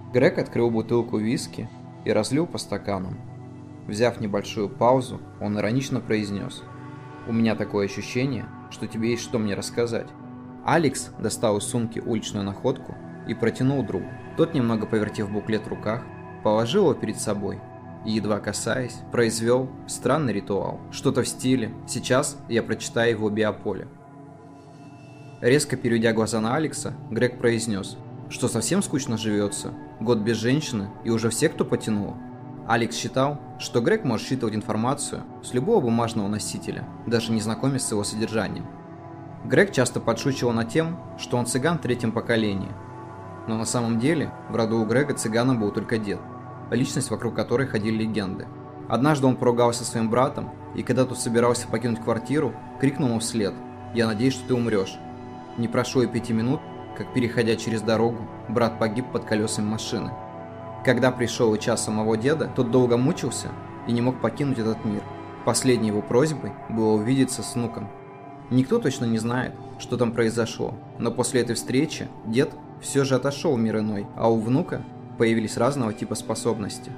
Грег открыл бутылку виски и разлил по стаканам. Взяв небольшую паузу, он иронично произнес: «У меня такое ощущение, что тебе есть что мне рассказать». Алекс достал из сумки уличную находку и протянул другу. Тот, немного повертев буклет в руках, положил его перед собой и, едва касаясь, произвел странный ритуал. Что-то в стиле «сейчас я прочитаю его биополе». Резко переведя глаза на Алекса, Грег произнес: «Что, совсем скучно живется? Год без женщины и уже все, кто потянуло?» Алекс считал, что Грег может считывать информацию с любого бумажного носителя, даже не знакомясь с его содержанием. Грег часто подшучивал над тем, что он цыган в третьем поколении. Но на самом деле в роду у Грега цыганом был только дед, личность, вокруг которой ходили легенды. Однажды он поругался со своим братом, и когда тот собирался покинуть квартиру, крикнул ему вслед: «Я надеюсь, что ты умрешь». Не прошло и 5 минут, как, переходя через дорогу, брат погиб под колесами машины. Когда пришел и час самого деда, тот долго мучился и не мог покинуть этот мир. Последней его просьбой было увидеться с внуком. Никто точно не знает, что там произошло, но после этой встречи дед все же отошел в мир иной, а у внука появились разного типа способности.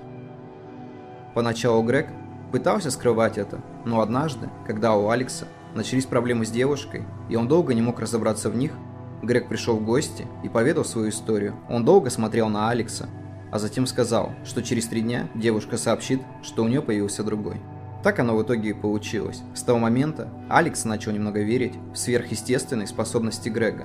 Поначалу Грег пытался скрывать это, но однажды, когда у Алекса начались проблемы с девушкой, и он долго не мог разобраться в них, Грег пришел в гости и поведал свою историю. Он долго смотрел на Алекса, а затем сказал, что через 3 дня девушка сообщит, что у нее появился другой. Так оно в итоге и получилось. С того момента Алекс начал немного верить в сверхъестественные способности Грега.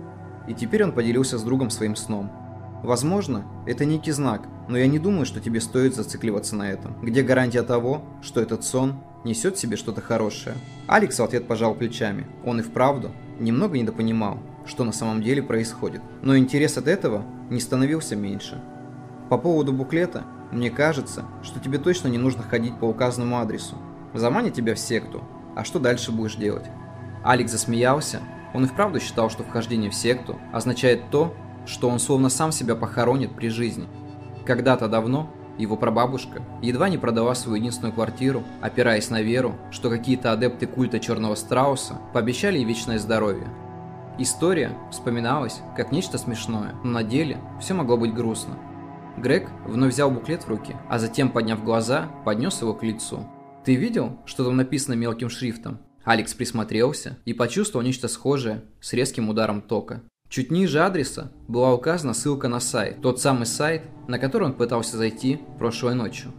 И теперь он поделился с другом своим сном. Возможно, это некий знак, но я не думаю, что тебе стоит зацикливаться на этом. Где гарантия того, что этот сон несет в себе что-то хорошее? Алекс в ответ пожал плечами. Он и вправду немного недопонимал, что на самом деле происходит. Но интерес от этого не становился меньше. По поводу буклета, мне кажется, что тебе точно не нужно ходить по указанному адресу. Заманит тебя в секту, а что дальше будешь делать? Алекс засмеялся. Он и вправду считал, что вхождение в секту означает то, что он словно сам себя похоронит при жизни. Когда-то давно его прабабушка едва не продала свою единственную квартиру, опираясь на веру, что какие-то адепты культа Черного Страуса пообещали ей вечное здоровье. История вспоминалась как нечто смешное, но на деле все могло быть грустно. Грег вновь взял буклет в руки, а затем, подняв глаза, поднес его к лицу. «Ты видел, что там написано мелким шрифтом?» Алекс присмотрелся и почувствовал нечто схожее с резким ударом тока. Чуть ниже адреса была указана ссылка на сайт, тот самый сайт, на который он пытался зайти прошлой ночью.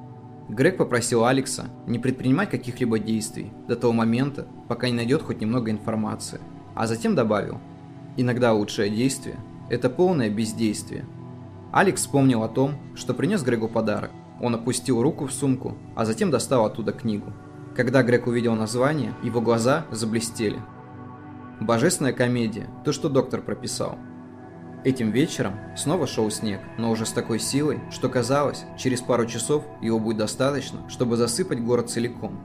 Грег попросил Алекса не предпринимать каких-либо действий до того момента, пока не найдет хоть немного информации, а затем добавил: «Иногда лучшее действие – это полное бездействие». Алекс вспомнил о том, что принес Грегу подарок. Он опустил руку в сумку, а затем достал оттуда книгу. Когда Грег увидел название, его глаза заблестели. «Божественная комедия», то, что доктор прописал. Этим вечером снова шел снег, но уже с такой силой, что казалось, через пару часов его будет достаточно, чтобы засыпать город целиком.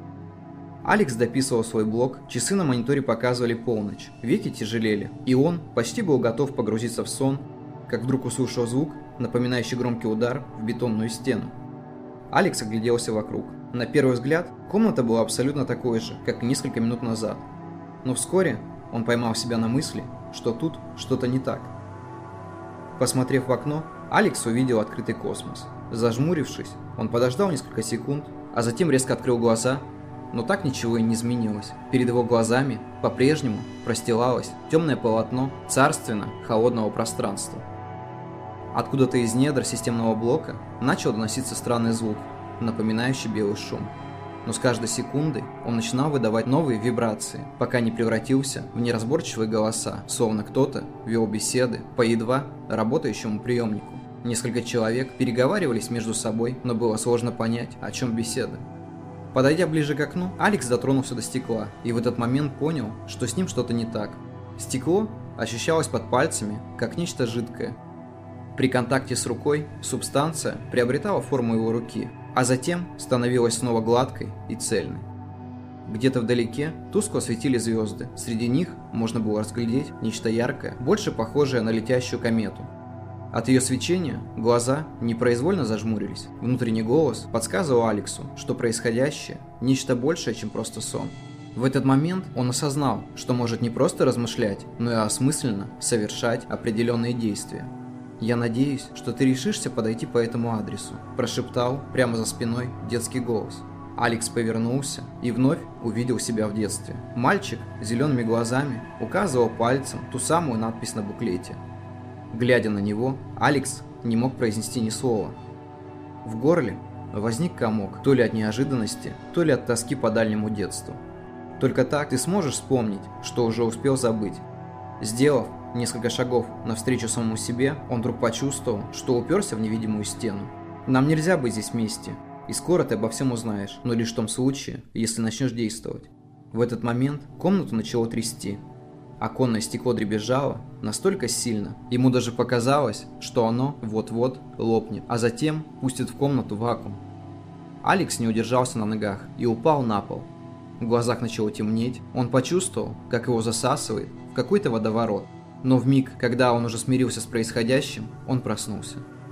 Алекс дописывал свой блог, часы на мониторе показывали полночь, веки тяжелели, и он почти был готов погрузиться в сон, как вдруг услышал звук, напоминающий громкий удар в бетонную стену. Алекс огляделся вокруг. На первый взгляд, комната была абсолютно такой же, как и несколько минут назад. Но вскоре он поймал себя на мысли, что тут что-то не так. Посмотрев в окно, Алекс увидел открытый космос. Зажмурившись, он подождал несколько секунд, а затем резко открыл глаза, но так ничего и не изменилось. Перед его глазами по-прежнему простилалось темное полотно царственно-холодного пространства. Откуда-то из недр системного блока начал доноситься странный звук, напоминающий белый шум. Но с каждой секундой он начинал выдавать новые вибрации, пока не превратился в неразборчивые голоса, словно кто-то вел беседы по едва работающему приемнику. Несколько человек переговаривались между собой, но было сложно понять, о чем беседы. Подойдя ближе к окну, Алекс дотронулся до стекла и в этот момент понял, что с ним что-то не так. Стекло ощущалось под пальцами, как нечто жидкое. При контакте с рукой субстанция приобретала форму его руки, а затем становилась снова гладкой и цельной. Где-то вдалеке тускло светили звезды, среди них можно было разглядеть нечто яркое, больше похожее на летящую комету. От ее свечения глаза непроизвольно зажмурились. Внутренний голос подсказывал Алексу, что происходящее – нечто большее, чем просто сон. В этот момент он осознал, что может не просто размышлять, но и осмысленно совершать определенные действия. «Я надеюсь, что ты решишься подойти по этому адресу», – прошептал прямо за спиной детский голос. Алекс повернулся и вновь увидел себя в детстве. Мальчик с зелеными глазами указывал пальцем ту самую надпись на буклете. Глядя на него, Алекс не мог произнести ни слова. В горле возник комок, то ли от неожиданности, то ли от тоски по дальнему детству. Только так ты сможешь вспомнить, что уже успел забыть. Сделав несколько шагов навстречу самому себе, он вдруг почувствовал, что уперся в невидимую стену. «Нам нельзя быть здесь вместе, и скоро ты обо всем узнаешь, но лишь в том случае, если начнешь действовать». В этот момент комнату начало трясти. Оконное стекло дребезжало настолько сильно, ему даже показалось, что оно вот-вот лопнет, а затем пустит в комнату вакуум. Алекс не удержался на ногах и упал на пол. В глазах начало темнеть, он почувствовал, как его засасывает в какой-то водоворот. Но в миг, когда он уже смирился с происходящим, он проснулся.